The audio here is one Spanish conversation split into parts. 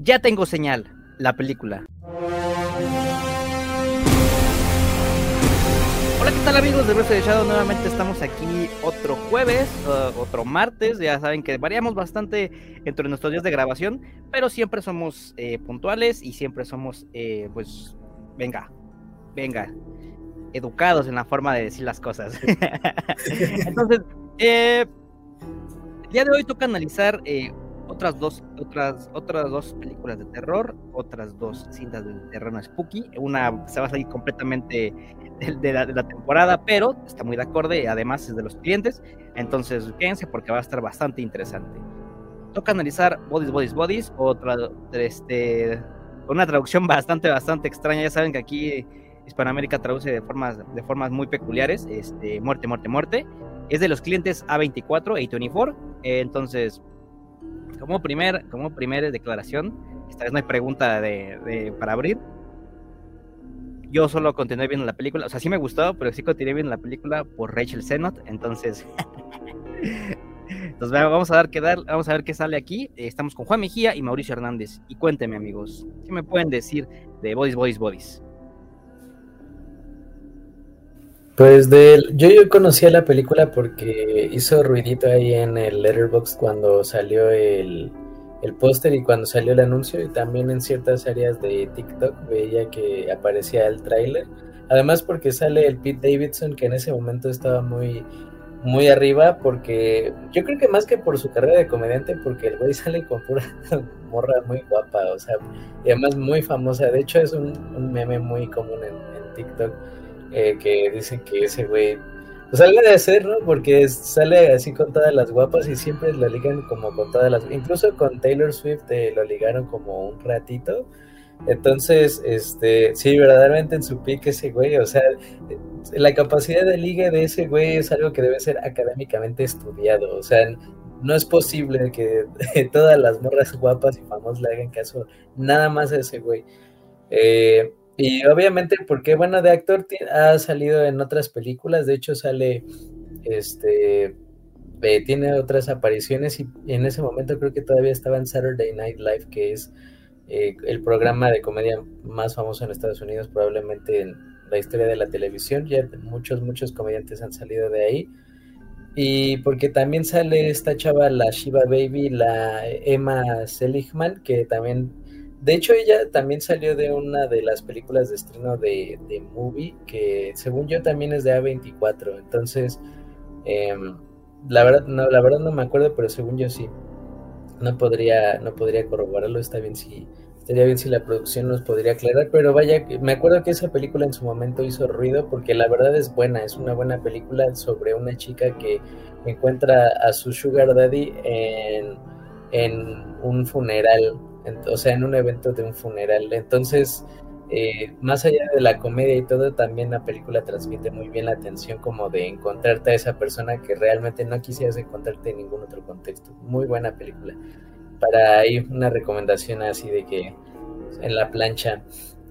Ya tengo señal, la película. Hola, ¿qué tal amigos de Breath of the Shadow? Nuevamente estamos aquí otro jueves, otro martes. Ya saben que variamos bastante entre nuestros días de grabación, pero siempre somos puntuales y siempre somos, pues, venga, educados en la forma de decir las cosas. Entonces, el día de hoy toca analizar otras dos películas de terror, otras dos cintas de terror spooky. Una se va a salir completamente de la temporada, pero está muy de acorde, además es de los clientes, entonces quédense porque va a estar bastante interesante. Toca analizar Bodies, una traducción bastante extraña. Ya saben que aquí Hispanoamérica traduce de formas muy peculiares, muerte. Es de los clientes A24, A24, entonces como primera declaración, esta vez no hay pregunta para abrir. Yo solo continué viendo la película, o sea, sí me gustó, pero sí continué viendo la película por Rachel Sennott, entonces vamos a ver qué sale aquí. Estamos con Juan Mejía y Mauricio Hernández. Y cuéntenme, amigos, ¿qué me pueden decir de Bodies? Pues yo conocía la película porque hizo ruidito ahí en el Letterboxd cuando salió el póster y cuando salió el anuncio, y también en ciertas áreas de TikTok veía que aparecía el tráiler. Además porque sale el Pete Davidson, que en ese momento estaba muy arriba, porque yo creo que más que por su carrera de comediante, porque el güey sale con pura morra muy guapa, o sea, y además muy famosa. De hecho es un meme muy común en TikTok, que dicen que ese güey, pues algo de hacer, ¿no? Porque sale así con todas las guapas y siempre lo ligan como con todas las, incluso con Taylor Swift lo ligaron como un ratito. Entonces, sí, verdaderamente en su pique ese güey, o sea, la capacidad de ligue de ese güey es algo que debe ser académicamente estudiado, o sea, no es posible que todas las morras guapas y famosas le hagan caso nada más a ese güey. Y obviamente porque, bueno, de actor ha salido en otras películas, de hecho sale, tiene otras apariciones, y en ese momento creo que todavía estaba en Saturday Night Live, que es el programa de comedia más famoso en Estados Unidos, probablemente en la historia de la televisión. Ya muchos comediantes han salido de ahí. Y porque también sale esta chava, la Shiva Baby, la Emma Seligman, que también, de hecho ella también salió de una de las películas de estreno de Movie, que según yo también es de A24. Entonces, eh, la verdad no me acuerdo, pero según yo sí. No podría corroborarlo. Estaría bien si la producción nos podría aclarar, pero vaya, me acuerdo que esa película en su momento hizo ruido porque la verdad es buena, es una buena película sobre una chica que encuentra a su sugar daddy en un funeral, o sea, en un evento de un funeral. Entonces, más allá de la comedia y todo, también la película transmite muy bien la tensión como de encontrarte a esa persona que realmente no quisieras encontrarte en ningún otro contexto. Muy buena película. Para ahí una recomendación así de que en la plancha.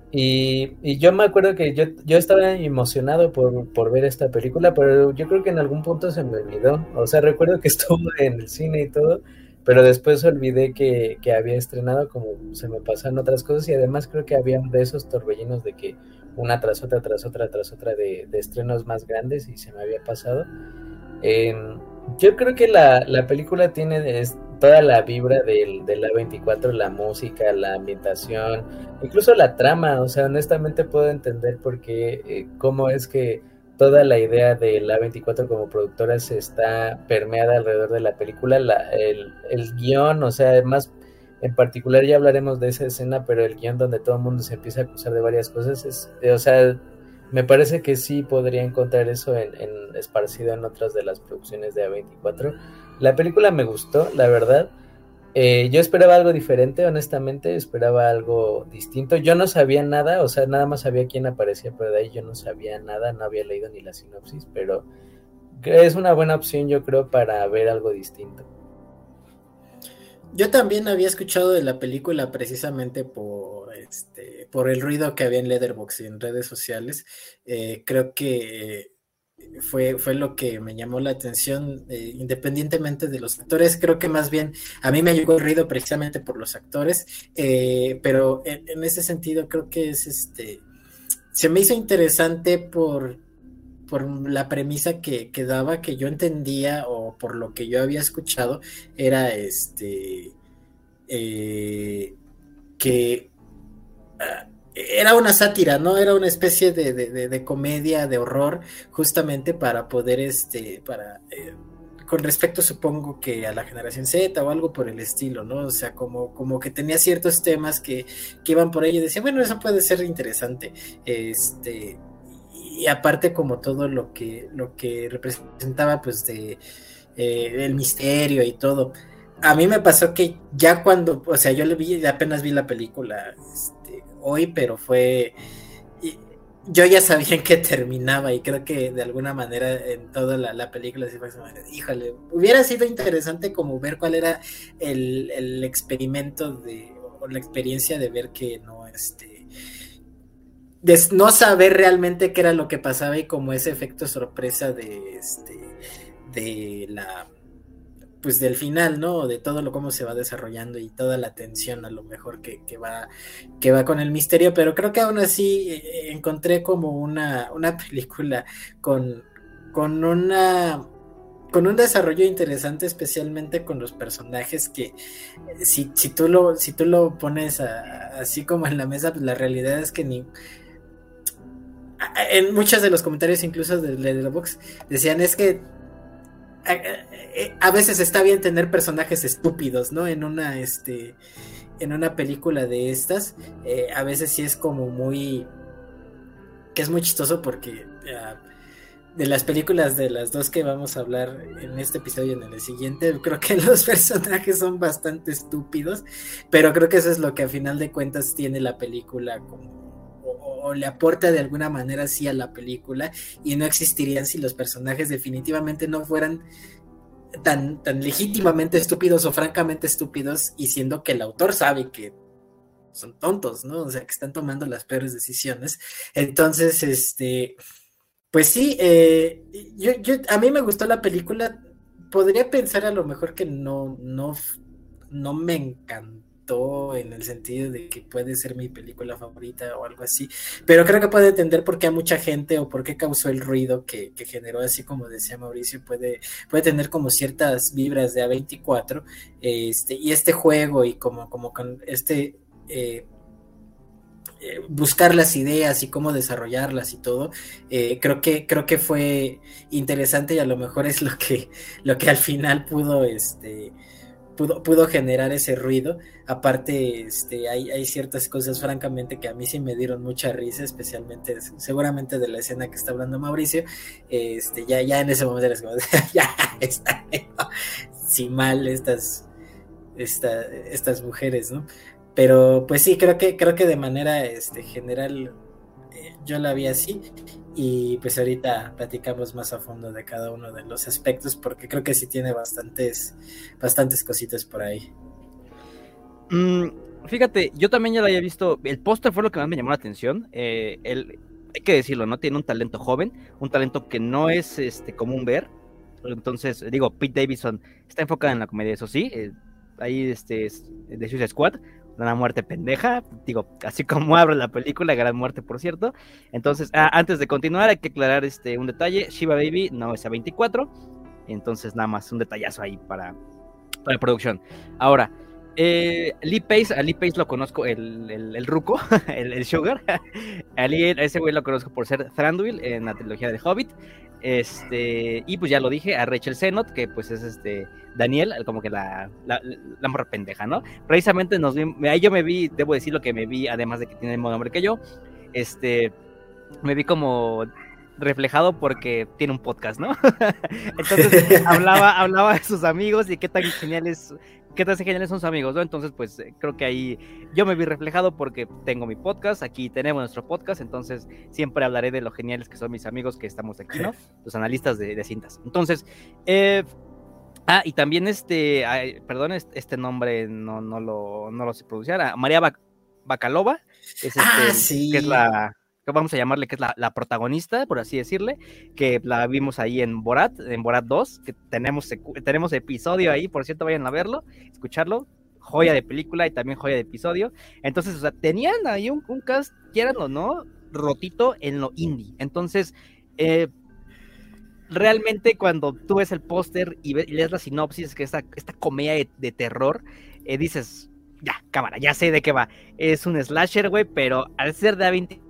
Y yo me acuerdo que yo estaba emocionado por ver esta película, pero yo creo que en algún punto se me olvidó. O sea, recuerdo que estuvo en el cine y todo, pero después olvidé que había estrenado, como se me pasaron otras cosas, y además creo que había de esos torbellinos de que una tras otra de estrenos más grandes, y se me había pasado. Eh, yo creo que la película tiene toda la vibra del A24, la música, la ambientación, incluso la trama. O sea, honestamente puedo entender por qué, cómo es que toda la idea del A24 como productora se está permeada alrededor de la película. El guión, o sea, además, en particular ya hablaremos de esa escena, pero el guión donde todo el mundo se empieza a acusar de varias cosas o sea, me parece que sí podría encontrar eso esparcido en otras de las producciones de A24. La película me gustó, la verdad. Yo esperaba algo diferente, honestamente, esperaba algo distinto. Yo no sabía nada, o sea, nada más sabía quién aparecía, pero de ahí yo no sabía nada, no había leído ni la sinopsis, pero es una buena opción, yo creo, para ver algo distinto. Yo también había escuchado de la película precisamente por el ruido que había en Letterboxd y en redes sociales. Creo que fue lo que me llamó la atención, independientemente de los actores. Creo que más bien a mí me llegó el ruido precisamente por los actores, pero en ese sentido creo que se me hizo interesante por la premisa que daba, que yo entendía, o por lo que yo había escuchado, era que era una sátira, ¿no? Era una especie de comedia, de horror, justamente para poder, con respecto, supongo que a la generación Z o algo por el estilo, ¿no? O sea, como que tenía ciertos temas que iban por ahí y decía, bueno, eso puede ser interesante. Y aparte como todo lo que representaba, pues, el misterio y todo. A mí me pasó que ya cuando, o sea, yo apenas vi la película hoy, pero yo ya sabía en qué terminaba, y creo que de alguna manera en toda la película, híjole, hubiera sido interesante como ver cuál era el experimento o la experiencia de ver que no, de no saber realmente qué era lo que pasaba, y como ese efecto sorpresa de la, pues del final, ¿no? De todo cómo se va desarrollando y toda la tensión a lo mejor que va con el misterio. Pero creo que aún así encontré como una película con un desarrollo interesante, especialmente con los personajes, que si tú lo pones así como en la mesa, pues la realidad es que en muchos de los comentarios, incluso de Letterboxd, decían, es que a veces está bien tener personajes estúpidos, ¿no? En una película de estas, a veces sí es como que es muy chistoso, porque de las películas, de las dos que vamos a hablar en este episodio y en el siguiente, creo que los personajes son bastante estúpidos, pero creo que eso es lo que a final de cuentas tiene la película o le aporta de alguna manera sí a la película, y no existirían si los personajes definitivamente no fueran tan legítimamente estúpidos o francamente estúpidos, y siendo que el autor sabe que son tontos, ¿no? O sea, que están tomando las peores decisiones. Entonces, pues sí, a mí me gustó la película. Podría pensar a lo mejor que no me encantó, en el sentido de que puede ser mi película favorita o algo así, pero creo que puede entender por qué a mucha gente, o por qué causó el ruido que generó, así como decía Mauricio. Puede tener como ciertas vibras de A24, y este juego, y como con buscar las ideas y cómo desarrollarlas y todo. Creo que fue interesante, y a lo mejor es lo que al final pudo generar ese ruido. Aparte, hay ciertas cosas francamente que a mí sí me dieron mucha risa, especialmente seguramente de la escena que está hablando Mauricio. Ya en ese momento eres como ya está, sí, mal estas mujeres, ¿no? Pero pues sí, creo que de manera general, yo la vi así. Y pues ahorita platicamos más a fondo de cada uno de los aspectos, porque creo que sí tiene bastantes cositas por ahí. Fíjate, yo también ya la había visto. El póster fue lo que más me llamó la atención. Hay que decirlo, ¿no? Tiene un talento joven, un talento que no es común ver. Entonces, digo, Pete Davidson está enfocada en la comedia, eso sí. Ahí es de Suicide Squad, una muerte pendeja, digo, así como abre la película, gran muerte, por cierto. Entonces, antes de continuar, hay que aclarar un detalle: Shiva Baby no es A24, entonces nada más un detallazo ahí para producción. Ahora, a Lee Pace lo conozco, el ruco, el Sugar. Ese güey lo conozco por ser Thranduil en la trilogía de Hobbit. Y pues ya lo dije, a Rachel Sennott, que pues es Daniel, como que la morra pendeja, ¿no? Precisamente ahí yo me vi, debo decir lo que me vi, además de que tiene el mismo nombre que yo, me vi como reflejado porque tiene un podcast, ¿no? Entonces hablaba de sus amigos y qué tan geniales son sus amigos, ¿no? Entonces, pues creo que ahí yo me vi reflejado, porque tengo mi podcast, aquí tenemos nuestro podcast, entonces siempre hablaré de lo geniales que son mis amigos que estamos aquí, ¿no? Los analistas de cintas. Entonces, y también perdón, este nombre no lo sé pronunciar, María Bakalova, Sí. que es la vamos a llamarle que es la protagonista, por así decirle, que la vimos ahí en Borat 2, que tenemos episodio ahí, por cierto, vayan a verlo, escucharlo, joya de película y también joya de episodio. Entonces, o sea, tenían ahí un cast, quieran o no, rotito en lo indie. Entonces, realmente cuando tú ves el póster y lees la sinopsis, que esta comedia de terror, dices, ya, cámara, ya sé de qué va. Es un slasher, güey, pero al ser de A24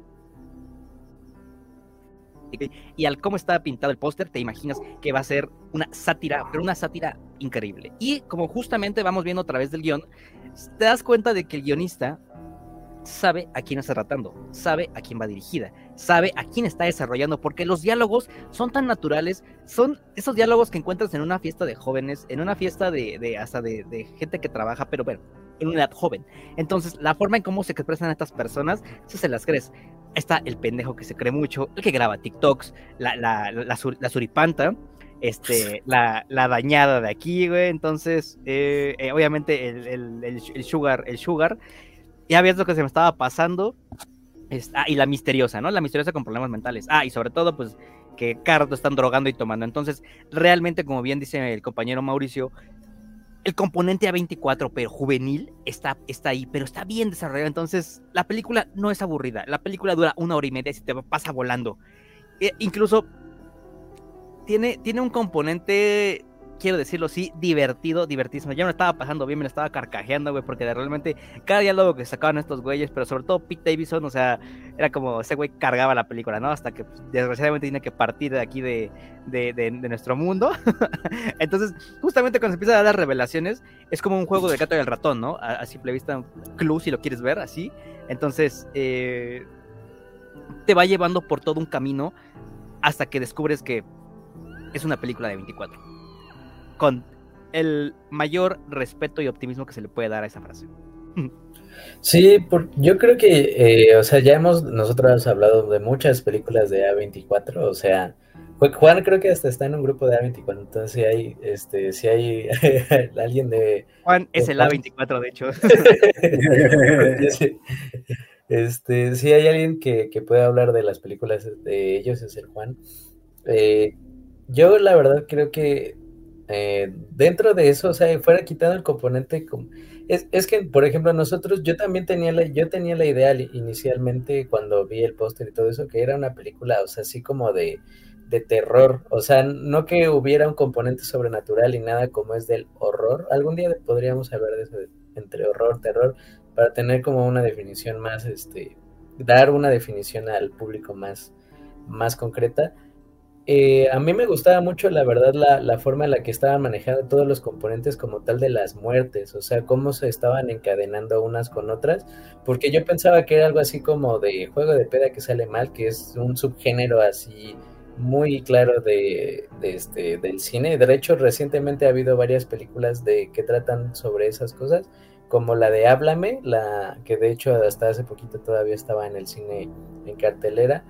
y al cómo estaba pintado el póster, te imaginas que va a ser una sátira, pero una sátira increíble. Y como justamente vamos viendo a través del guión, te das cuenta de que el guionista sabe a quién está tratando, sabe a quién va dirigida, sabe a quién está desarrollando, porque los diálogos son tan naturales, son esos diálogos que encuentras en una fiesta de jóvenes, en una fiesta de gente que trabaja, pero bueno, en una edad joven. Entonces, la forma en cómo se expresan estas personas, si se las crees. Está el pendejo que se cree mucho, el que graba TikToks, la suripanta, la dañada de aquí, güey. Entonces, obviamente el sugar, ya ves lo que se me estaba pasando. Y la misteriosa, ¿no? La misteriosa con problemas mentales. Y sobre todo, pues, que cada rato están drogando y tomando. Entonces, realmente, como bien dice el compañero Mauricio, el componente A24, pero juvenil, está ahí, pero está bien desarrollado. Entonces, la película no es aburrida. La película dura 1 hora y media y se te pasa volando. Incluso, tiene un componente, quiero decirlo así, divertísimo. Ya me lo estaba pasando bien, me lo estaba carcajeando, güey, porque realmente cada diálogo que sacaban estos güeyes, pero sobre todo Pete Davidson, o sea, era como ese güey cargaba la película, ¿no? Hasta que pues, desgraciadamente tiene que partir de aquí de nuestro mundo. Entonces, justamente cuando se empiezan a dar las revelaciones, es como un juego del gato y el ratón, ¿no? A simple vista, Clue, si lo quieres ver así. Entonces, te va llevando por todo un camino hasta que descubres que es una película de 24. Con el mayor respeto y optimismo que se le puede dar a esa frase. Sí, yo creo que, o sea, ya nosotros hablado de muchas películas de A24, o sea, Juan creo que hasta está en un grupo de A24, entonces si hay alguien de... Juan es el A24, de hecho. Si hay alguien que pueda hablar de las películas de ellos, es el Juan. Yo la verdad creo que dentro de eso, o sea, fuera quitado el componente, es que, por ejemplo, yo tenía la idea inicialmente cuando vi el póster y todo eso, que era una película, o sea, así como de terror, o sea, no que hubiera un componente sobrenatural y nada como es del horror. Algún día podríamos hablar de eso, entre horror, terror, para tener como una definición más, dar una definición al público más concreta. A mí me gustaba mucho, la verdad, la forma en la que estaban manejando todos los componentes como tal de las muertes, o sea, cómo se estaban encadenando unas con otras, porque yo pensaba que era algo así como de juego de peda que sale mal, que es un subgénero así muy claro del cine. De hecho, recientemente ha habido varias películas que tratan sobre esas cosas, como la de Háblame, que de hecho hasta hace poquito todavía estaba en el cine en cartelera.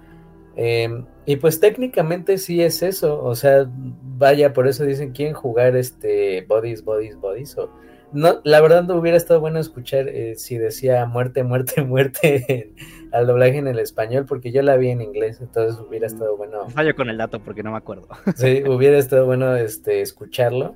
Y pues técnicamente sí es eso, o sea, vaya, por eso dicen quieren jugar Bodies, o no, la verdad no hubiera estado bueno escuchar si decía muerte, muerte, muerte al doblaje en el español, porque yo la vi en inglés, entonces hubiera estado bueno. Fallo con el dato porque no me acuerdo. Sí, hubiera estado bueno escucharlo.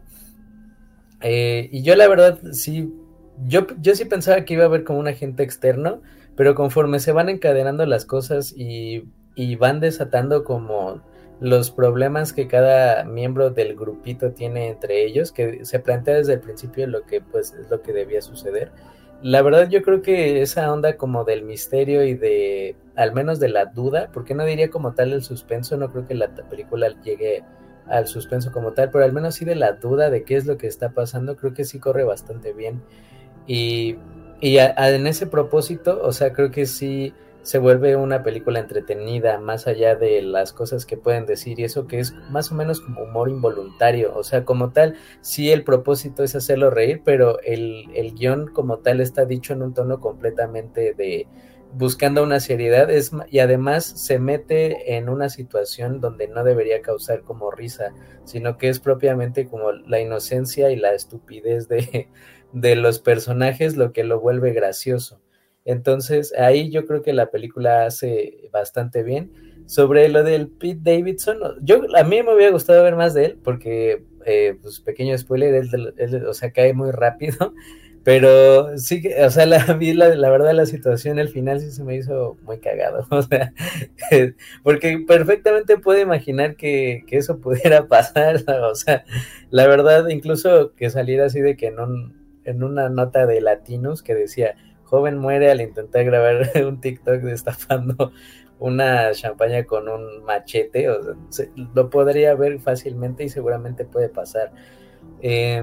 Y yo la verdad sí, yo sí pensaba que iba a haber como un agente externo, pero conforme se van encadenando las cosas y van desatando como los problemas que cada miembro del grupito tiene entre ellos, que se plantea desde el principio lo que pues es lo que debía suceder. La verdad yo creo que esa onda como del misterio y al menos de la duda, porque no diría como tal el suspenso, no creo que la película llegue al suspenso como tal, pero al menos sí de la duda de qué es lo que está pasando, creo que sí corre bastante bien. Y en ese propósito, o sea, creo que sí se vuelve una película entretenida, más allá de las cosas que pueden decir, y eso que es más o menos como humor involuntario, o sea, como tal, sí el propósito es hacerlo reír, pero el guión como tal está dicho en un tono completamente buscando una seriedad, y además se mete en una situación donde no debería causar como risa, sino que es propiamente como la inocencia y la estupidez de los personajes lo que lo vuelve gracioso. Entonces, ahí yo creo que la película hace bastante bien. Sobre lo del Pete Davidson, a mí me hubiera gustado ver más de él, porque, pues, pequeño spoiler, él, o sea, cae muy rápido, pero sí que, o sea, la verdad la situación al final sí se me hizo muy cagado, o sea, porque perfectamente puedo imaginar que eso pudiera pasar, o sea, la verdad, incluso que saliera así de que en una nota de Latinos que decía, joven muere al intentar grabar un TikTok destapando una champaña con un machete, o sea, lo podría ver fácilmente y seguramente puede pasar. Eh,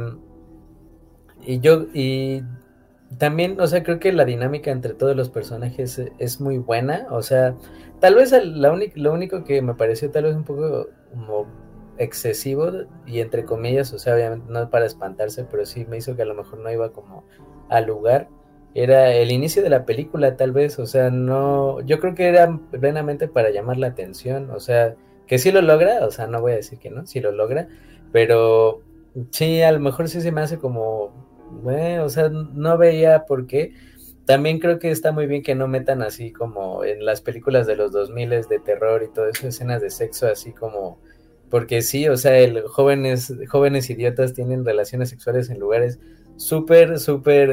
y también, o sea, creo que la dinámica entre todos los personajes es muy buena, o sea, tal vez lo único que me pareció tal vez un poco como excesivo y entre comillas, o sea, obviamente no para espantarse, pero sí me hizo que a lo mejor no iba como al lugar, era el inicio de la película tal vez, o sea, no, yo creo que era plenamente para llamar la atención, o sea, que sí lo logra, o sea, no voy a decir que no, sí lo logra, pero sí, a lo mejor sí se me hace como o sea, no veía por qué. También creo que está muy bien que no metan así como en las películas de los 2000 de terror y todo eso, escenas de sexo así como, porque sí, o sea, jóvenes idiotas tienen relaciones sexuales en lugares súper,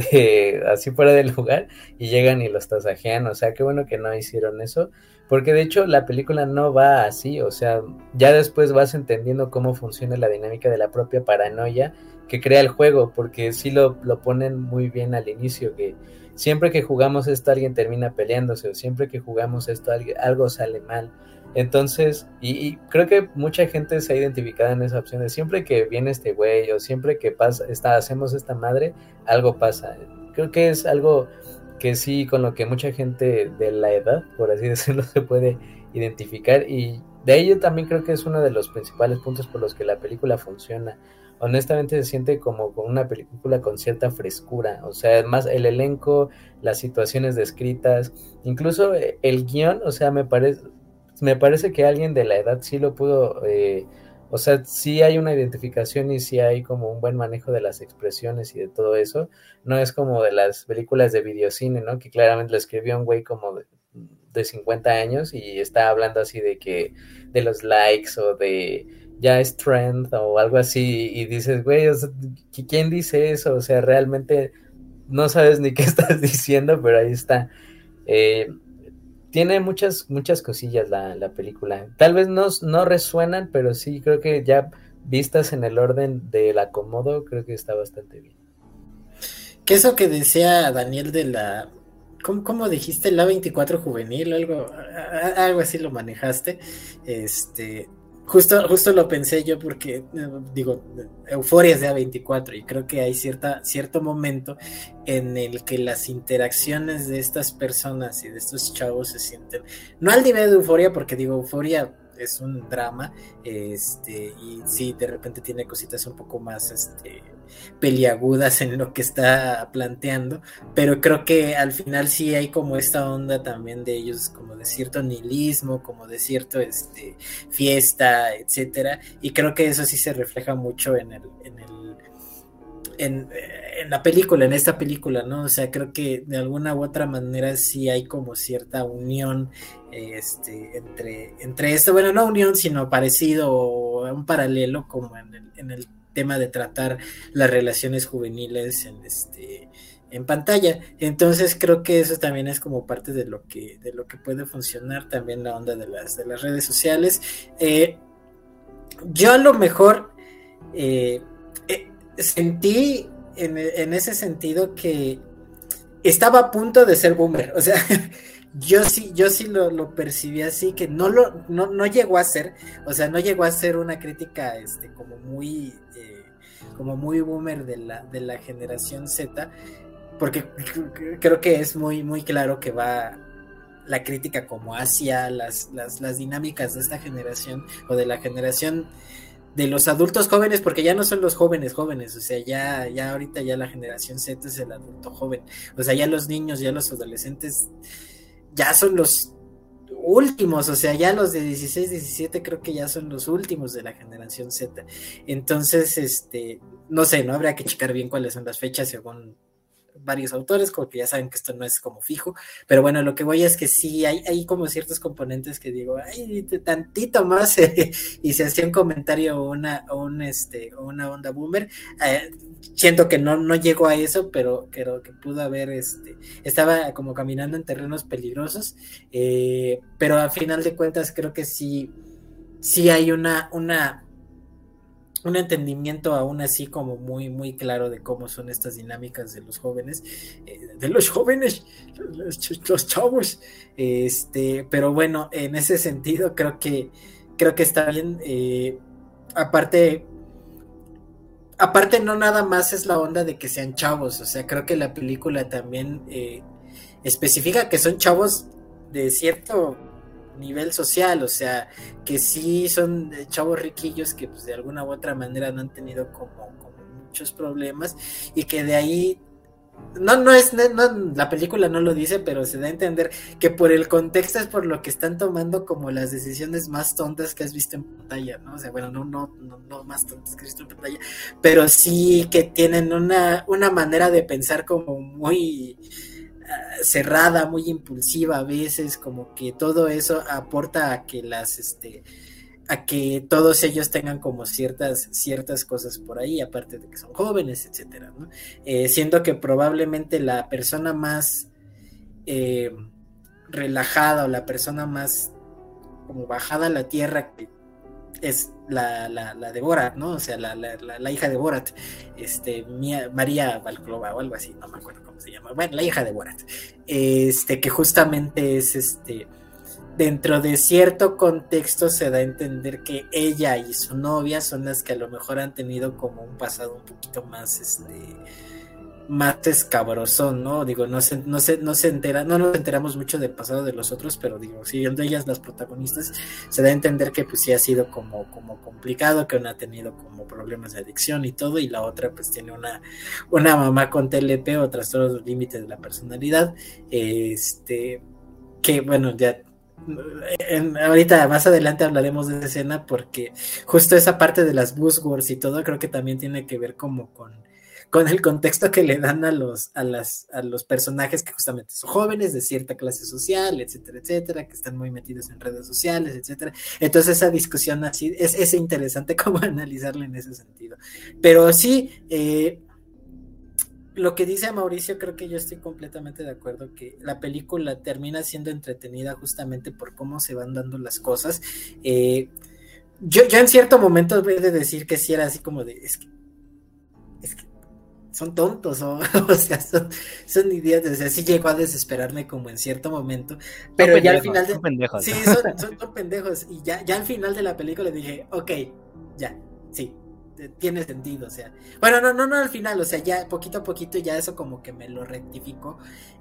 así fuera del lugar y llegan y los tasajean, o sea, qué bueno que no hicieron eso, porque de hecho la película no va así, o sea, ya después vas entendiendo cómo funciona la dinámica de la propia paranoia que crea el juego, porque sí lo ponen muy bien al inicio, que siempre que jugamos esto alguien termina peleándose, o siempre que jugamos esto algo sale mal. Entonces, y creo que mucha gente se ha identificado en esa opción de siempre que viene este güey, o siempre que hacemos esta madre, algo pasa. Creo que es algo que sí, con lo que mucha gente de la edad, por así decirlo, se puede identificar, y de ahí yo también creo que es uno de los principales puntos por los que la película funciona. Honestamente se siente como con una película con cierta frescura, o sea, más el elenco, las situaciones descritas, incluso el guión, o sea, me parece que alguien de la edad sí lo pudo, o sea, sí hay una identificación y sí hay como un buen manejo de las expresiones y de todo eso, no es como de las películas de videocine, ¿no? Que claramente lo escribió un güey como de 50 años y está hablando así de que, de los likes o de ya es trend o algo así y dices, güey, o sea, ¿quién dice eso? O sea, realmente no sabes ni qué estás diciendo, pero ahí está. Eh, Tiene muchas cosillas la película. Tal vez no resuenan, pero sí creo que ya vistas en el orden del acomodo, creo que está bastante bien. ¿Qué es eso que decía Daniel de la... ¿Cómo dijiste? La 24 juvenil o algo así lo manejaste. Justo lo pensé yo porque, digo, Euphoria es de A24 y creo que hay cierto momento en el que las interacciones de estas personas y de estos chavos se sienten, no al nivel de Euphoria, porque digo, Euphoria es un drama, y sí, de repente tiene cositas un poco más, peliagudas en lo que está planteando, pero creo que al final sí hay como esta onda también de ellos, como de cierto nihilismo, como de cierto fiesta, etcétera, y creo que eso sí se refleja mucho en la película, en esta película, ¿no? O sea, creo que de alguna u otra manera sí hay como cierta unión entre esto, bueno, no unión, sino parecido o un paralelo como en el tema de tratar las relaciones juveniles en pantalla. Entonces creo que eso también es como parte de lo que puede funcionar, también la onda de las redes sociales. Yo a lo mejor sentí en ese sentido que estaba a punto de ser boomer, o sea, yo sí lo percibí así, que no llegó a ser, o sea, no llegó a ser una crítica como muy boomer de la generación Z, porque creo que es muy, muy claro que va la crítica como hacia las dinámicas de esta generación o de la generación de los adultos jóvenes, porque ya no son los jóvenes, o sea, ya ahorita ya la generación Z es el adulto joven, o sea, ya los niños, ya los adolescentes, ya son los últimos, o sea, ya los de 16, 17 creo que ya son los últimos de la generación Z, entonces, no sé, no habría que checar bien cuáles son las fechas según varios autores, porque ya saben que esto no es como fijo, pero bueno, lo que voy es que sí, hay como ciertos componentes que digo, ay, tantito más, y se hacía un comentario o una onda boomer, siento que no llegó a eso, pero creo que pudo haber, estaba como caminando en terrenos peligrosos, pero a final de cuentas creo que sí hay un entendimiento aún así como muy, muy claro de cómo son estas dinámicas de los jóvenes, los chavos, pero bueno, en ese sentido creo que está bien, aparte no nada más es la onda de que sean chavos, o sea, creo que la película también especifica que son chavos de cierto nivel social, o sea, que sí son chavos riquillos que pues de alguna u otra manera no han tenido como muchos problemas y que de ahí no, la película no lo dice, pero se da a entender que por el contexto es por lo que están tomando como las decisiones más tontas que has visto en pantalla, ¿no? O sea, bueno, no más tontas que has visto en pantalla, pero sí que tienen una manera de pensar como muy cerrada, muy impulsiva a veces, como que todo eso aporta a que a que todos ellos tengan como ciertas cosas por ahí, aparte de que son jóvenes, etcétera, ¿no? Siendo que probablemente la persona más relajada o la persona más como bajada a la tierra que es la de Borat, ¿no? O sea, la hija de Borat, María Balclova o algo así, no me acuerdo cómo se llama. Bueno, la hija de Borat, que justamente es dentro de cierto contexto se da a entender que ella y su novia son las que a lo mejor han tenido como un pasado un poquito más más escabrosón, ¿no? Digo, no nos enteramos mucho del pasado de los otros, pero digo, siendo ellas las protagonistas, se da a entender que pues sí ha sido como complicado, que una ha tenido como problemas de adicción y todo, y la otra pues tiene una mamá con TLP o trastornos de límite de la personalidad, que bueno, ya ahorita más adelante hablaremos de esa escena, porque justo esa parte de las buzzwords y todo creo que también tiene que ver como con el contexto que le dan a los personajes que justamente son jóvenes de cierta clase social, etcétera, etcétera, que están muy metidos en redes sociales, etcétera. Entonces esa discusión así es interesante como analizarla en ese sentido. Pero sí, lo que dice Mauricio, creo que yo estoy completamente de acuerdo, que la película termina siendo entretenida justamente por cómo se van dando las cosas. Yo en cierto momento he de decir que sí era así como de, es que son tontos, o sea, son idiotas, o sea, sí llegó a desesperarme como en cierto momento, pero ya al final son pendejos. Sí, son pendejos, y ya al final de la película dije, ok, ya, sí, tiene sentido, o sea, bueno, no al final, o sea, ya poquito a poquito ya eso como que me lo rectificó.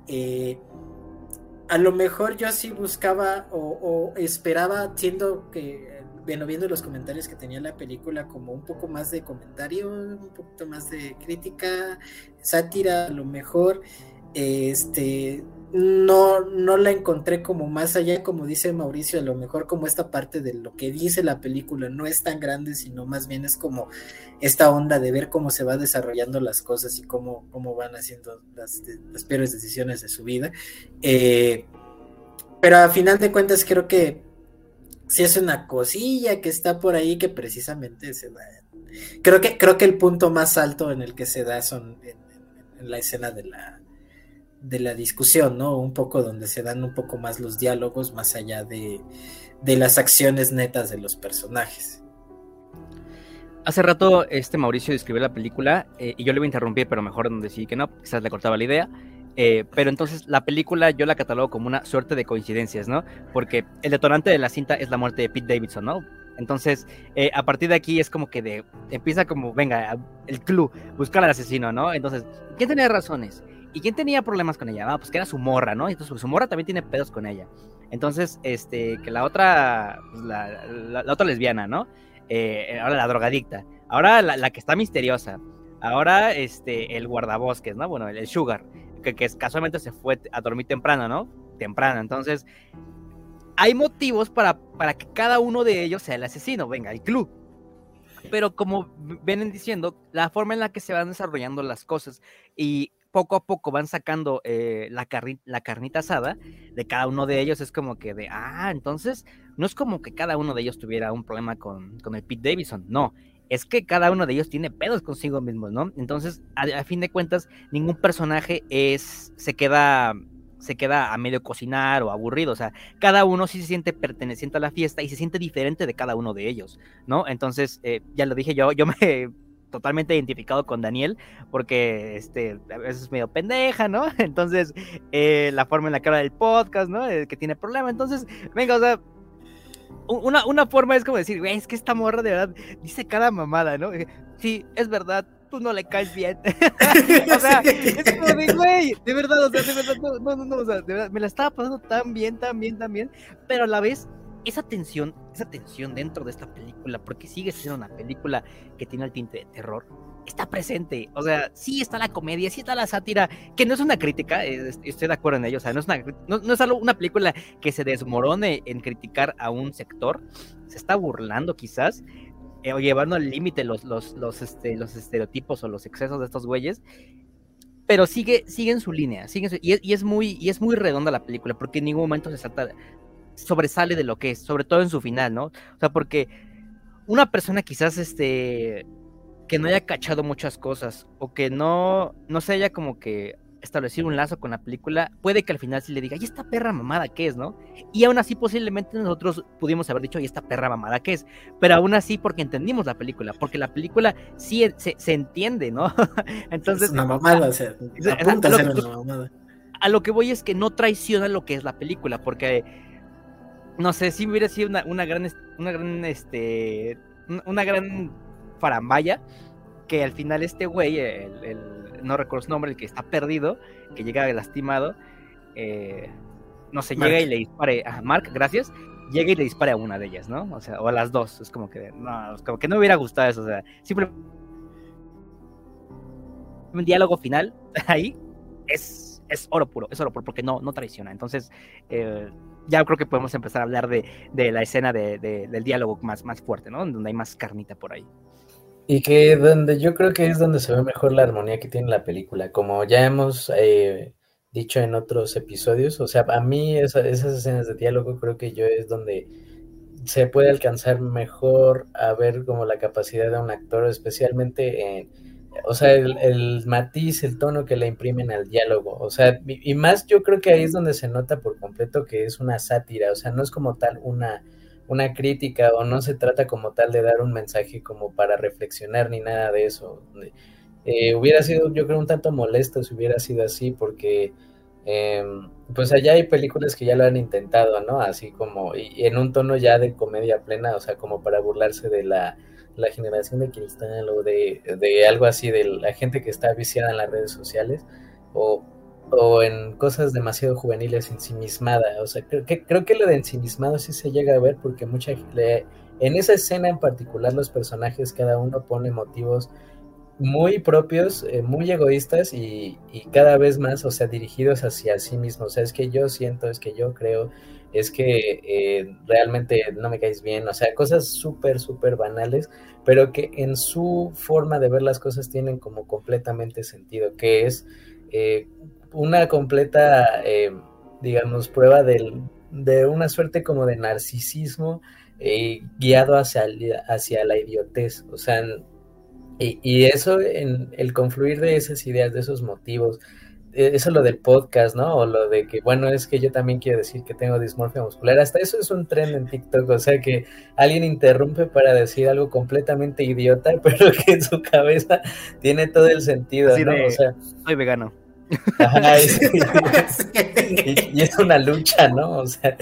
A lo mejor yo sí buscaba o esperaba, siendo que viendo los comentarios que tenía la película, como un poco más de comentario, un poquito más de crítica, sátira, a lo mejor, no la encontré como más allá, como dice Mauricio, a lo mejor como esta parte de lo que dice la película no es tan grande, sino más bien es como esta onda de ver cómo se va desarrollando las cosas y cómo van haciendo las peores decisiones de su vida, pero a final de cuentas creo que sí es una cosilla que está por ahí que precisamente se da. Creo que el punto más alto en el que se da son en la escena de la discusión, ¿no? Un poco donde se dan un poco más los diálogos, más allá de las acciones netas de los personajes. Hace rato Mauricio describió la película y yo le iba a interrumpir, pero mejor decidí que no, quizás le cortaba la idea. Pero entonces la película yo la catalogo como una suerte de coincidencias, ¿no? Porque el detonante de la cinta es la muerte de Pete Davidson, ¿no? Entonces, a partir de aquí es como que empieza como, venga, el clue, buscar al asesino, ¿no? Entonces, ¿quién tenía razones? ¿Y quién tenía problemas con ella? Pues que era su morra, ¿no? Entonces, pues, su morra también tiene pedos con ella. Entonces, que la otra, pues, la otra lesbiana, ¿no? Ahora la drogadicta. Ahora la que está misteriosa. Ahora, el guardabosques, ¿no? Bueno, el Sugar. Que casualmente se fue a dormir temprano, ¿no? Temprano, entonces hay motivos para que cada uno de ellos sea el asesino, venga, el club. Pero como vienen diciendo, la forma en la que se van desarrollando las cosas y poco a poco van sacando la carnita asada de cada uno de ellos, es como que entonces no es como que cada uno de ellos tuviera un problema con el Pete Davidson, no, es que cada uno de ellos tiene pedos consigo mismos, ¿no? Entonces, a fin de cuentas, ningún personaje se queda a medio cocinar o aburrido, o sea, cada uno sí se siente perteneciente a la fiesta y se siente diferente de cada uno de ellos, ¿no? Entonces, ya lo dije, yo me totalmente identificado con Daniel, porque a veces es medio pendeja, ¿no? Entonces, la forma en la que habla del podcast, ¿no? Que tiene problema, entonces, venga, o sea, una forma es como decir, güey, es que esta morra de verdad dice cada mamada, ¿no? Sí, es verdad, tú no le caes bien. O sea, es como de, güey, de verdad, o sea, no, o sea, de verdad, me la estaba pasando tan bien, pero a la vez, esa tensión dentro de esta película, porque sigue siendo una película que tiene el tinte de terror, está presente, o sea, sí está la comedia, sí está la sátira, que no es una crítica, estoy de acuerdo en ello, o sea, no es algo, una película que se desmorone en criticar a un sector, se está burlando quizás, o llevando al límite los estereotipos o los excesos de estos güeyes, pero sigue en su línea, y es muy redonda la película, porque en ningún momento sobresale de lo que es, sobre todo en su final, ¿no? O sea, porque una persona quizás que no haya cachado muchas cosas o que no se haya como que establecido un lazo con la película, puede que al final sí le diga, ¿y esta perra mamada qué es, no? Y aún así posiblemente nosotros pudimos haber dicho, ¿y esta perra mamada qué es? Pero aún así porque entendimos la película, porque la película sí se entiende, ¿no? Entonces, es una mamada, o sea, apunta a ser una mamada. A lo que voy es que no traiciona lo que es la película, porque no sé, si hubiera sido una gran faramaya, que al final este güey, no recuerdo su nombre, el que está perdido, que llega lastimado, no sé, Mark. Llega y le dispare a Mark, gracias, llega y le dispare a una de ellas, ¿no? O sea, o a las dos, es como que no me hubiera gustado eso, o sea, simplemente un diálogo final ahí es oro puro, porque no traiciona. Entonces, ya creo que podemos empezar a hablar de la escena del diálogo más fuerte, ¿no? Donde hay más carnita por ahí. Y que donde yo creo que es donde se ve mejor la armonía que tiene la película, como ya hemos dicho en otros episodios, o sea, a mí esas escenas de diálogo creo que yo es donde se puede alcanzar mejor a ver como la capacidad de un actor, especialmente en, o sea, el matiz, el tono que le imprimen al diálogo, o sea, y más yo creo que ahí es donde se nota por completo que es una sátira, o sea, no es como tal una crítica o no se trata como tal de dar un mensaje como para reflexionar ni nada de eso. Hubiera sido yo creo un tanto molesto si hubiera sido así porque pues allá hay películas que ya lo han intentado, ¿no? Así como y en un tono ya de comedia plena, o sea, como para burlarse de la generación de cristal o de algo así, de la gente que está viciada en las redes sociales o en cosas demasiado juveniles, ensimismada, o sea, creo que lo de ensimismado sí se llega a ver porque en esa escena en particular los personajes cada uno pone motivos muy propios, muy egoístas y cada vez más, o sea, dirigidos hacia sí mismos, o sea, es que yo siento, es que yo creo, es que realmente no me caes bien, o sea, cosas súper banales, pero que en su forma de ver las cosas tienen como completamente sentido, que es una completa, digamos, prueba de una suerte como de narcisismo guiado hacia la idiotez, o sea, y eso, en el confluir de esas ideas, de esos motivos, eso lo del podcast, ¿no? O lo de que, bueno, es que yo también quiero decir que tengo dismorfia muscular, hasta eso es un trend en TikTok, o sea que alguien interrumpe para decir algo completamente idiota, pero que en su cabeza tiene todo el sentido, así ¿no? O sea, soy vegano. Ajá, y es una lucha, ¿no? O sea,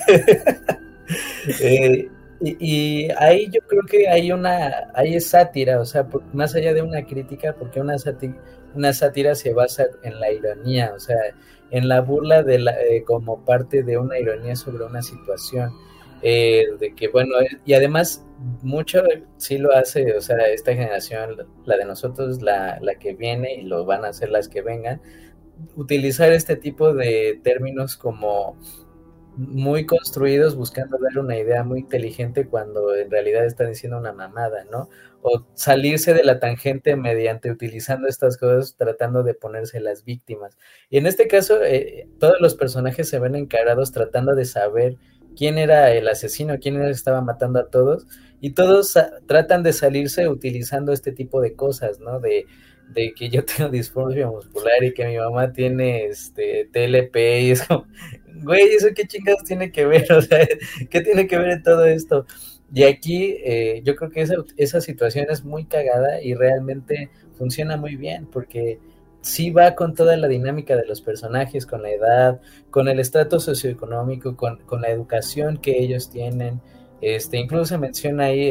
y ahí yo creo que hay sátira, o sea, más allá de una crítica, porque una sátira se basa en la ironía, o sea, en la burla como parte de una ironía sobre una situación, de que bueno, y además mucho sí lo hace, o sea, esta generación, la de nosotros, la que viene y lo van a hacer las que vengan, utilizar este tipo de términos como muy construidos buscando dar una idea muy inteligente cuando en realidad están diciendo una mamada, ¿no? O salirse de la tangente mediante utilizando estas cosas tratando de ponerse las víctimas. Y en este caso, todos los personajes se ven encarados tratando de saber quién era el asesino, quién era el que estaba matando a todos, y todos tratan de salirse utilizando este tipo de cosas, ¿no? De que yo tengo disfunción muscular y que mi mamá tiene TLP, y es como, güey, ¿eso qué chingados tiene que ver? O sea, ¿qué tiene que ver en todo esto? Y aquí yo creo que esa situación es muy cagada y realmente funciona muy bien porque sí va con toda la dinámica de los personajes, con la edad, con el estrato socioeconómico, con la educación que ellos tienen. Incluso se menciona ahí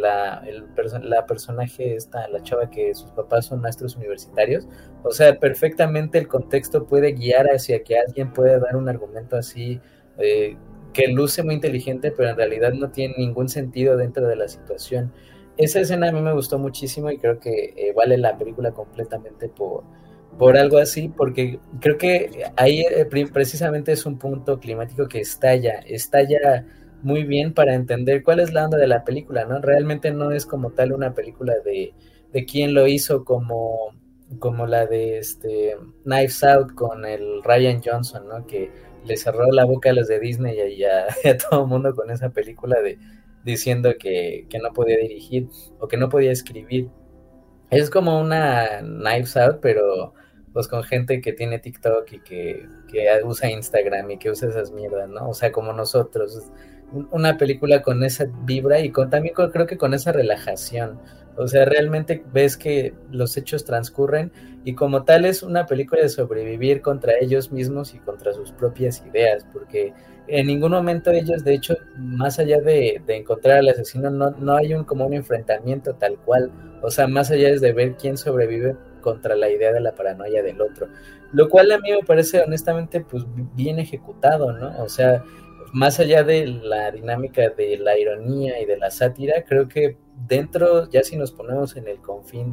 la personaje la chava que sus papás son maestros universitarios. O sea, perfectamente el contexto puede guiar hacia que alguien pueda dar un argumento así que luce muy inteligente, pero en realidad no tiene ningún sentido dentro de la situación. Esa escena a mí me gustó muchísimo y creo que vale la película completamente por algo así, porque creo que ahí precisamente es un punto climático que estalla muy bien para entender cuál es la onda de la película, ¿no? Realmente no es como tal una película de quién lo hizo como la de Knives Out con el Ryan Johnson, ¿no? Que le cerró la boca a los de Disney y a todo el mundo con esa película diciendo que no podía dirigir o que no podía escribir. Es como una Knives Out, pero pues con gente que tiene TikTok y que usa Instagram y que usa esas mierdas, ¿no? O sea, como nosotros. Una película con esa vibra y también creo que con esa relajación. O sea, realmente ves que los hechos transcurren y como tal es una película de sobrevivir contra ellos mismos y contra sus propias ideas, porque en ningún momento ellos, de hecho, más allá de encontrar al asesino, no hay como un enfrentamiento tal cual. O sea, más allá es de ver quién sobrevive contra la idea de la paranoia del otro. Lo cual a mí me parece honestamente pues bien ejecutado, ¿no? O sea, más allá de la dinámica de la ironía y de la sátira, creo que dentro, ya si nos ponemos en el confín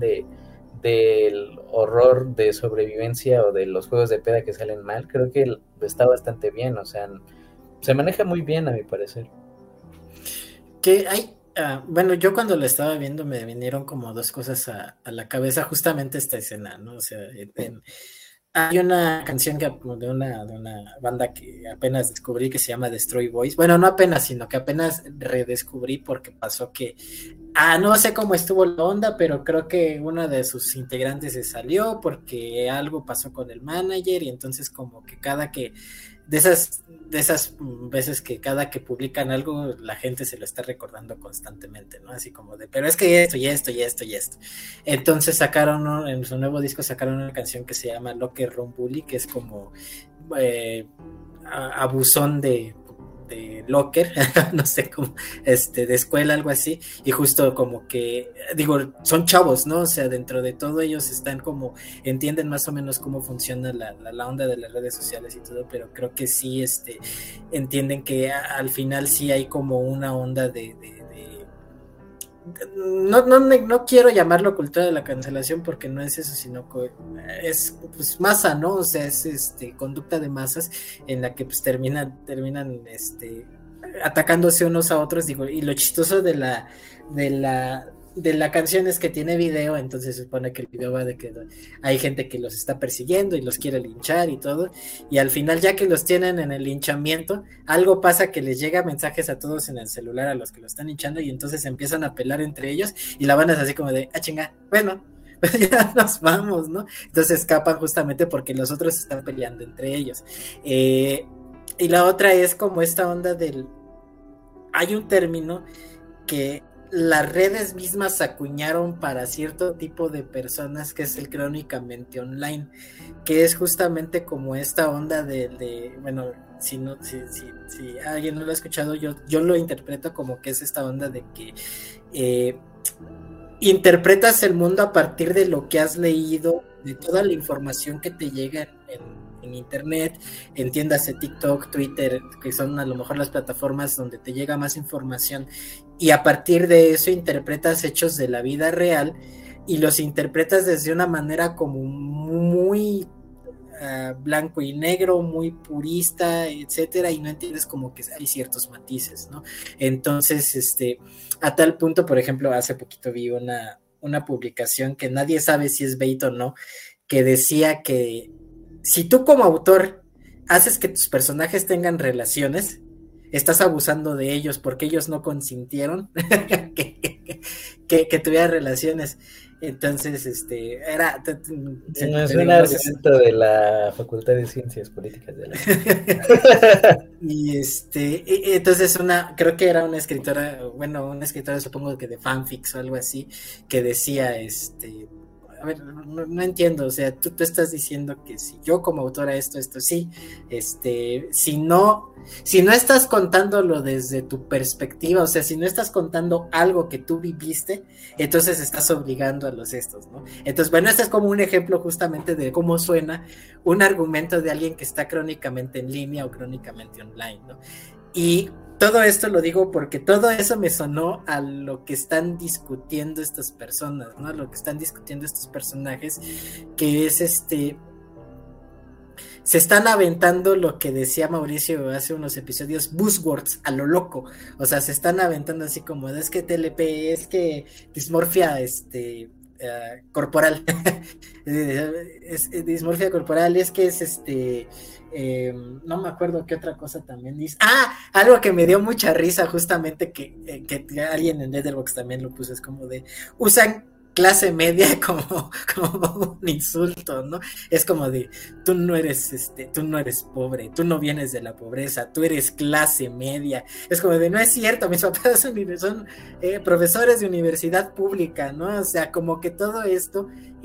del horror de sobrevivencia o de los juegos de peda que salen mal, creo que está bastante bien, o sea, se maneja muy bien a mi parecer. Que hay, bueno, yo cuando lo estaba viendo me vinieron como dos cosas a la cabeza, justamente esta escena, ¿no? O sea, hay una canción de una banda que apenas descubrí que se llama Destroy Boys. Bueno, no apenas, sino que apenas redescubrí porque pasó que, no sé cómo estuvo la onda, pero creo que uno de sus integrantes se salió porque algo pasó con el manager y entonces como que de esas veces que cada que publican algo, la gente se lo está recordando constantemente, ¿no? Así como de, pero es que esto y esto y esto y esto. Entonces en su nuevo disco sacaron una canción que se llama Locker Room Bully, que es como abusón de locker, no sé cómo, de escuela, algo así, y justo como que, digo, son chavos, ¿no? O sea, dentro de todo ellos están como, entienden más o menos cómo funciona la onda de las redes sociales y todo, pero creo que sí, entienden que al final sí hay como una onda no quiero llamarlo cultura de la cancelación porque no es eso, sino que es pues masa, ¿no? O sea, es conducta de masas en la que pues terminan atacándose unos a otros, digo, y lo chistoso de la canción es que tiene video, entonces se supone que el video va de que hay gente que los está persiguiendo y los quiere linchar y todo, y al final ya que los tienen en el linchamiento, algo pasa que les llega mensajes a todos en el celular a los que lo están linchando y entonces empiezan a pelear entre ellos y la banda es así como de, chinga, bueno, pues ya nos vamos, ¿no? Entonces escapan justamente porque los otros están peleando entre ellos. Y la otra es como esta onda hay un término que las redes mismas acuñaron para cierto tipo de personas, que es el crónicamente online, que es justamente como esta onda bueno, si alguien no lo ha escuchado, yo lo interpreto como que es esta onda de que interpretas el mundo a partir de lo que has leído, de toda la información que te llega en internet, entiéndase TikTok, Twitter, que son a lo mejor las plataformas donde te llega más información, y a partir de eso interpretas hechos de la vida real y los interpretas desde una manera como muy blanco y negro, muy purista, etcétera, y no entiendes como que hay ciertos matices, ¿no? Entonces, a tal punto, por ejemplo, hace poquito vi una publicación que nadie sabe si es bait o no, que decía que si tú como autor haces que tus personajes tengan relaciones, estás abusando de ellos porque ellos no consintieron que tuviera relaciones. Entonces, era... Me suena argumento de la Facultad de Ciencias Políticas de la... Y entonces creo que era una escritora supongo que de fanfics o algo así, que decía, a ver, no entiendo, o sea, tú estás diciendo que si yo como autora esto sí, si no estás contándolo desde tu perspectiva, o sea, si no estás contando algo que tú viviste, entonces estás obligando a los ¿no? Entonces, bueno, este es como un ejemplo justamente de cómo suena un argumento de alguien que está crónicamente en línea o crónicamente online, ¿no? Y todo esto lo digo porque todo eso me sonó a lo que están discutiendo estas personas, ¿no? Lo que están discutiendo estos personajes, que es se están aventando lo que decía Mauricio hace unos episodios, buzzwords a lo loco, o sea, se están aventando así como, es que TLP, es que dismorfia, corporal, es dismorfia corporal, es que es no me acuerdo qué otra cosa también dice. Algo que me dio mucha risa justamente que alguien en Letterboxd también lo puso, es como de usan clase media como un insulto, ¿no? Es como de tú no eres pobre, tú no vienes de la pobreza, tú eres clase media. Es como de no es cierto, mis papás son profesores de universidad pública, ¿no? O sea, como que todo esto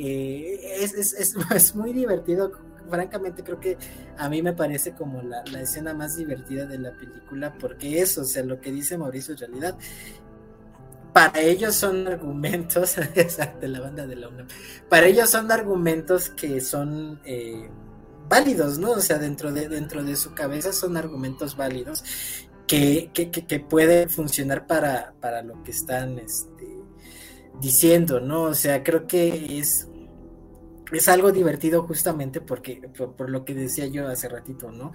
es muy divertido. Francamente creo que a mí me parece como la escena más divertida de la película, porque eso, o sea, lo que dice Mauricio en realidad para ellos son argumentos de la banda de la UNAM, para ellos son argumentos que son válidos, ¿no? O sea, dentro de su cabeza son argumentos válidos que pueden funcionar para lo que están diciendo, ¿no? O sea, creo que es algo divertido justamente porque por lo que decía yo hace ratito, ¿no?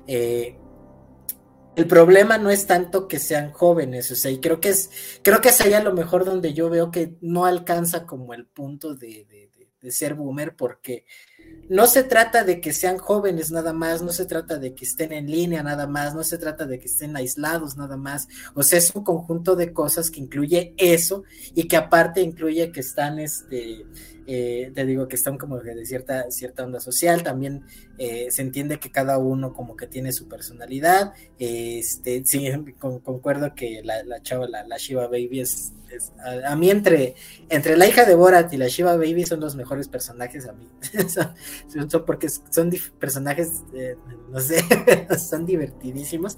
El problema no es tanto que sean jóvenes, o sea, y creo que es ahí a lo mejor donde yo veo que no alcanza como el punto de ser boomer, porque no se trata de que sean jóvenes nada más, no se trata de que estén en línea nada más, no se trata de que estén aislados nada más, o sea, es un conjunto de cosas que incluye eso y que aparte incluye que están, te digo que están como de cierta onda social, también se entiende que cada uno como que tiene su personalidad, sí, concuerdo que la chava, la Shiva Baby a mí entre la hija de Borat y la Shiva Baby son los mejores personajes a mí, son porque son personajes, no sé, son divertidísimos,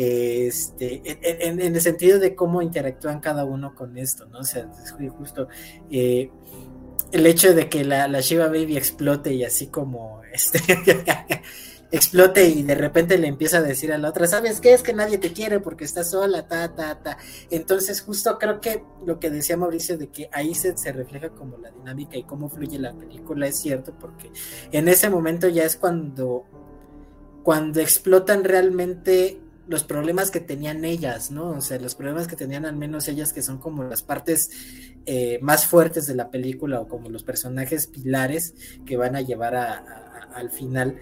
en el sentido de cómo interactúan cada uno con esto, ¿no? O sea, es justo el hecho de que la Shiva Baby explote y así como explote y de repente le empieza a decir a la otra, ¿sabes qué? Es que nadie te quiere porque estás sola, entonces justo creo que lo que decía Mauricio de que ahí se refleja como la dinámica y cómo fluye la película, es cierto, porque en ese momento ya es cuando explotan realmente los problemas que tenían ellas, ¿no? O sea, los problemas que tenían al menos ellas, que son como las partes más fuertes de la película o como los personajes pilares que van a llevar al final,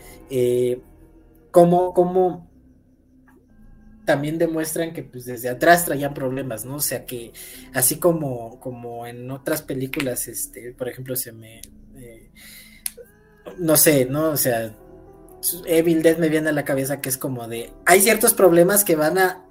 como también demuestran que pues desde atrás traían problemas, ¿no? O sea que así como en otras películas, por ejemplo, no sé, ¿no? O sea, Evil Dead me viene a la cabeza que es como de, hay ciertos problemas que van a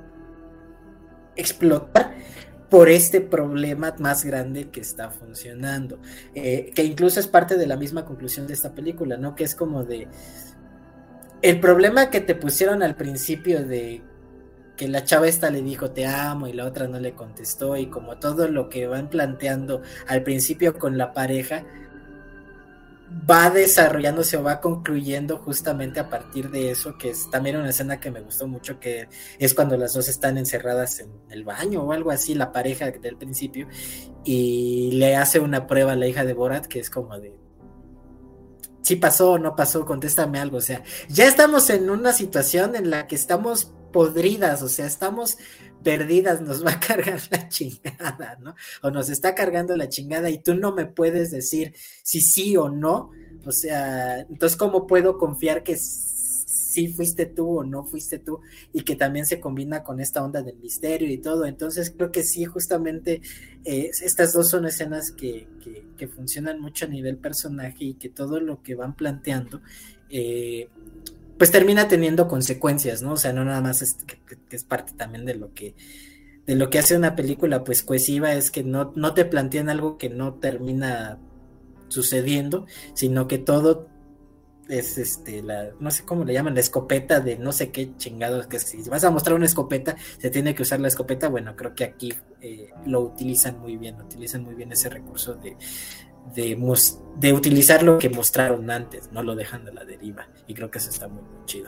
explotar por este problema más grande que está funcionando, que incluso es parte de la misma conclusión de esta película, ¿no? Que es como de el problema que te pusieron al principio de que la chava esta le dijo te amo y la otra no le contestó, y como todo lo que van planteando al principio con la pareja va desarrollándose o va concluyendo justamente a partir de eso, que es también una escena que me gustó mucho, que es cuando las dos están encerradas en el baño o algo así, la pareja del principio, y le hace una prueba a la hija de Borat que es como de sí pasó o no pasó, contéstame algo, o sea, ya estamos en una situación en la que estamos podridas, o sea, estamos perdidas, nos va a cargar la chingada, ¿no? O nos está cargando la chingada y tú no me puedes decir si sí o no, o sea, entonces, ¿cómo puedo confiar que sí fuiste tú o no fuiste tú? Y que también se combina con esta onda del misterio y todo, entonces creo que sí, justamente estas dos son escenas que funcionan mucho a nivel personaje y que todo lo que van planteando pues termina teniendo consecuencias, ¿no? O sea, no nada más que es parte también de lo que hace una película pues cohesiva, es que no te plantean algo que no termina sucediendo, sino que todo es no sé cómo le llaman, la escopeta de no sé qué chingados, que si vas a mostrar una escopeta, se tiene que usar la escopeta. Bueno, creo que aquí lo utilizan muy bien ese recurso de utilizar lo que mostraron antes, no lo dejan de la deriva, y creo que eso está muy, muy chido.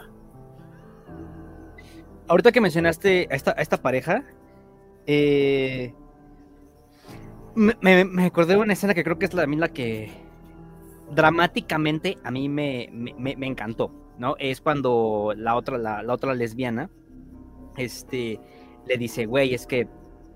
Ahorita que mencionaste a esta pareja, me acordé de una escena que creo que es la que dramáticamente a mí me encantó, ¿no? Es cuando la otra lesbiana le dice, güey, es que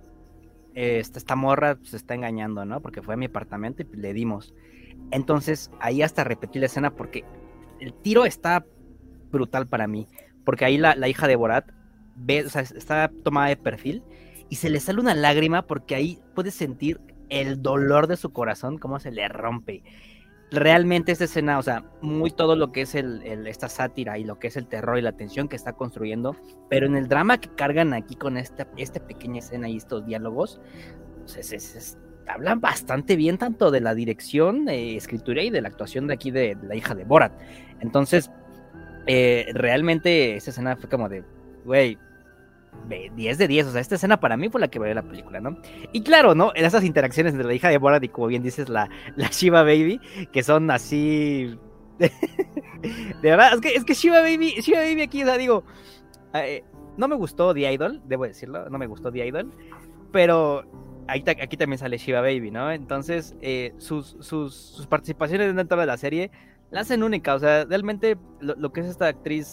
esta morra se está engañando, ¿no? Porque fue a mi apartamento y le dimos. Entonces ahí hasta repetí la escena porque el tiro está brutal para mí, porque ahí la hija de Borat ve, o sea, está tomada de perfil y se le sale una lágrima porque ahí puedes sentir el dolor de su corazón, cómo se le rompe. Realmente esta escena, o sea, muy todo lo que es esta sátira y lo que es el terror y la tensión que está construyendo, pero en el drama que cargan aquí con esta pequeña escena y estos diálogos, pues hablan bastante bien tanto de la dirección, escritura y de la actuación de aquí de la hija de Borat. Entonces, realmente esa escena fue como de, güey, 10 de 10, o sea, esta escena para mí fue la que valió la película, ¿no? Y claro, ¿no? En esas interacciones entre la hija de Borat y, como bien dices, la Shiva Baby, que son así... de verdad, es que Shiva Baby aquí, o sea, digo, no me gustó The Idol, debo decirlo, no me gustó The Idol, pero aquí también sale Shiva Baby, ¿no? Entonces, sus participaciones dentro de la serie la hacen única, o sea, realmente lo que es esta actriz,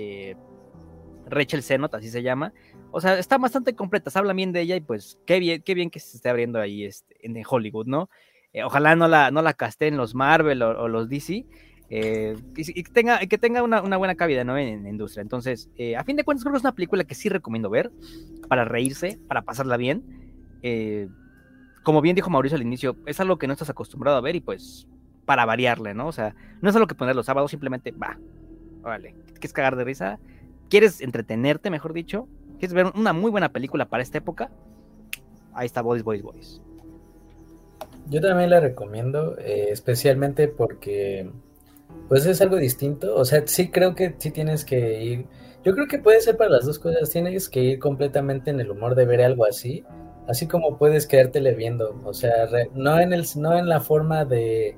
Rachel Sennott, así se llama, o sea, está bastante completa, se habla bien de ella y pues qué bien que se esté abriendo ahí en Hollywood, ¿no? Ojalá no la casteen los Marvel o los DC, y que tenga una buena cabida, ¿no? En la industria. Entonces, a fin de cuentas, creo que es una película que sí recomiendo ver para reírse, para pasarla bien. Como bien dijo Mauricio al inicio, es algo que no estás acostumbrado a ver y pues para variarle, ¿no? O sea, no es algo que poner los sábados, simplemente va, órale, ¿quieres cagar de risa? ¿Quieres entretenerte, mejor dicho? ¿Quieres ver una muy buena película para esta época? Ahí está Boys. Yo también la recomiendo, especialmente porque pues es algo distinto. O sea, sí creo que sí tienes que ir. Yo creo que puede ser para las dos cosas. Tienes que ir completamente en el humor de ver algo así, así como puedes quedártele viendo. O sea, no en la forma de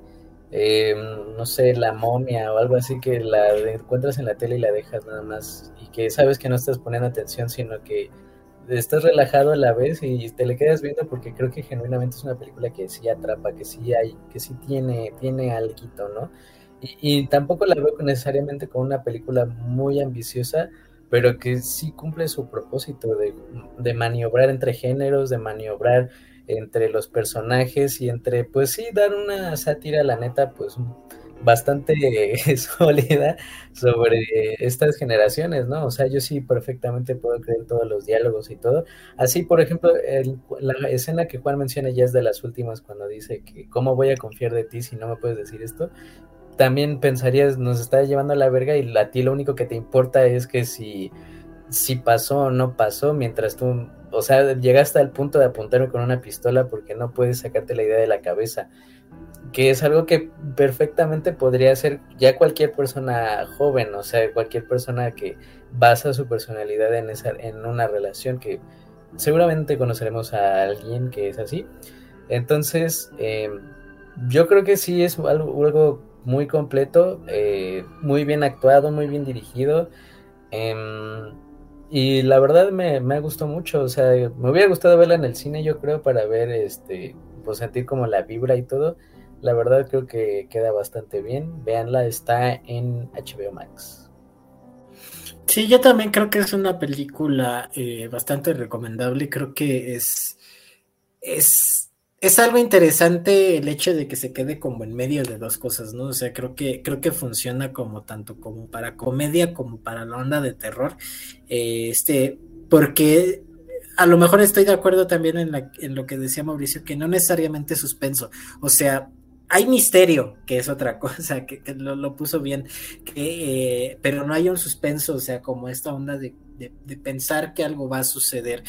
no sé, La Momia o algo así, que la encuentras en la tele y la dejas nada más y que sabes que no estás poniendo atención, sino que estás relajado a la vez y te le quedas viendo, porque creo que genuinamente es una película que sí atrapa, que sí tiene alguito, ¿no? Y tampoco la veo necesariamente como una película muy ambiciosa, pero que sí cumple su propósito de maniobrar entre géneros, de maniobrar entre los personajes y entre, pues sí, dar una sátira, la neta, pues bastante sólida sobre estas generaciones, ¿no? O sea, yo sí perfectamente puedo creer todos los diálogos y todo. Así, por ejemplo, la escena que Juan menciona ya es de las últimas, cuando dice que ¿cómo voy a confiar de ti si no me puedes decir esto? También pensarías, nos está llevando a la verga y a ti lo único que te importa es que si pasó o no pasó, mientras tú, o sea, llegaste al punto de apuntarme con una pistola porque no puedes sacarte la idea de la cabeza, que es algo que perfectamente podría hacer ya cualquier persona joven, o sea, cualquier persona que basa su personalidad en una relación, que seguramente conoceremos a alguien que es así. Entonces, yo creo que sí es algo muy completo, muy bien actuado, muy bien dirigido. Y la verdad me gustó mucho, o sea, me hubiera gustado verla en el cine, yo creo, para ver, pues sentir como la vibra y todo, La verdad creo que queda bastante bien. Véanla, está en HBO Max. Sí, yo también creo que es una película bastante recomendable. Creo que es algo interesante el hecho de que se quede como en medio de dos cosas, ¿no? O sea, creo que funciona como tanto como para comedia como para la onda de terror. Porque a lo mejor estoy de acuerdo también en lo que decía Mauricio, que no necesariamente suspenso. O sea, hay misterio, que es otra cosa, que lo puso bien, pero no hay un suspenso, o sea, como esta onda de pensar que algo va a suceder,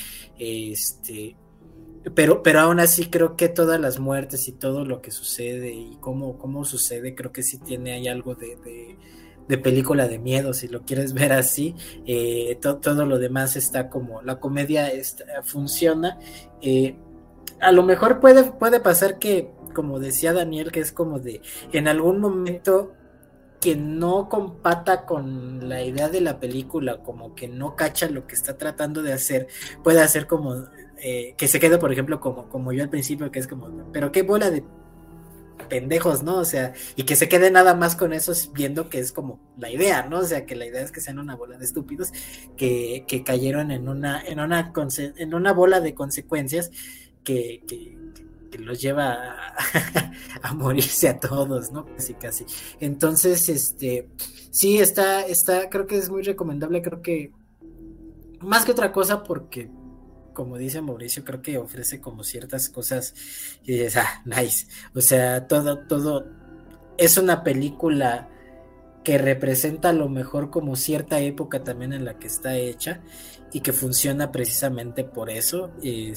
pero aún así creo que todas las muertes y todo lo que sucede y cómo sucede, creo que sí tiene ahí algo de película de miedo, si lo quieres ver así. Todo lo demás está como, la comedia funciona. A lo mejor puede pasar que, como decía Daniel, que es como de, en algún momento que no compata con la idea de la película, como que no cacha lo que está tratando de hacer, puede hacer como que se quede, por ejemplo, como yo al principio, que es como, pero qué bola de pendejos, ¿no? O sea, y que se quede nada más con eso, viendo que es como la idea, ¿no? O sea, que la idea es que sean una bola de estúpidos que cayeron en una bola de consecuencias que los lleva a morirse a todos, ¿no? Casi. Entonces, sí, creo que es muy recomendable, creo que más que otra cosa porque, como dice Mauricio, creo que ofrece como ciertas cosas y dices, nice. O sea, todo es una película que representa a lo mejor como cierta época también en la que está hecha y que funciona precisamente por eso.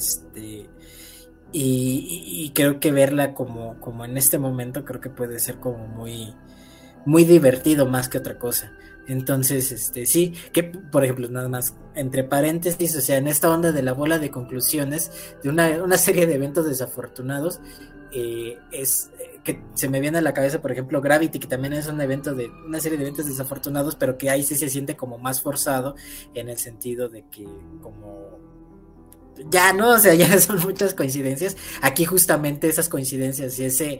Y creo que verla como en este momento creo que puede ser como muy, muy divertido más que otra cosa. Entonces, sí, que por ejemplo, nada más, entre paréntesis, o sea, en esta onda de la bola de conclusiones, de una serie de eventos desafortunados, que se me viene a la cabeza, por ejemplo, Gravity, que también es una serie de eventos desafortunados, pero que ahí sí se siente como más forzado, en el sentido de que como ya, ¿no? O sea, ya son muchas coincidencias. Aquí justamente esas coincidencias y ese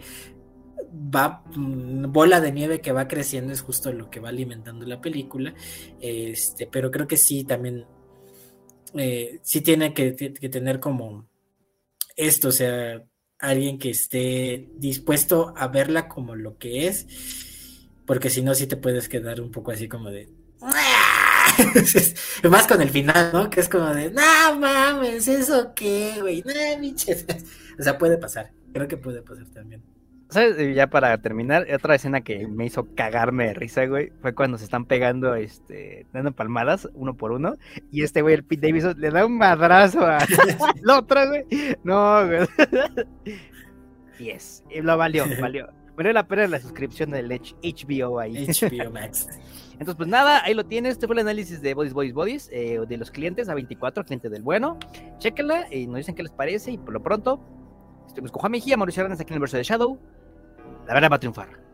bola de nieve que va creciendo es justo lo que va alimentando la película. Pero creo que sí, también sí tiene que tener como esto, o sea, alguien que esté dispuesto a verla como lo que es, porque si no, sí te puedes quedar un poco así como de... Más con el final, ¿no? Que es como de, no mames, ¿eso qué, güey? No, biches. O sea, puede pasar. Creo que puede pasar también. ¿Sabes? Ya para terminar, otra escena que me hizo cagarme de risa, güey, fue cuando se están pegando, dando palmadas uno por uno, y güey, el Pete Davidson, le da un madrazo al otro, güey. No, güey. Yes, y lo valió. Valió la pena la suscripción del HBO ahí. HBO Max. Entonces, pues nada, ahí lo tienes. Este fue el análisis de Bodies, de los clientes A24, cliente del bueno. Chéquenla y nos dicen qué les parece. Y por lo pronto, estuvimos con Juan Mejía, Mauricio Hernández aquí en el verso de Shadow. La verdad va a triunfar.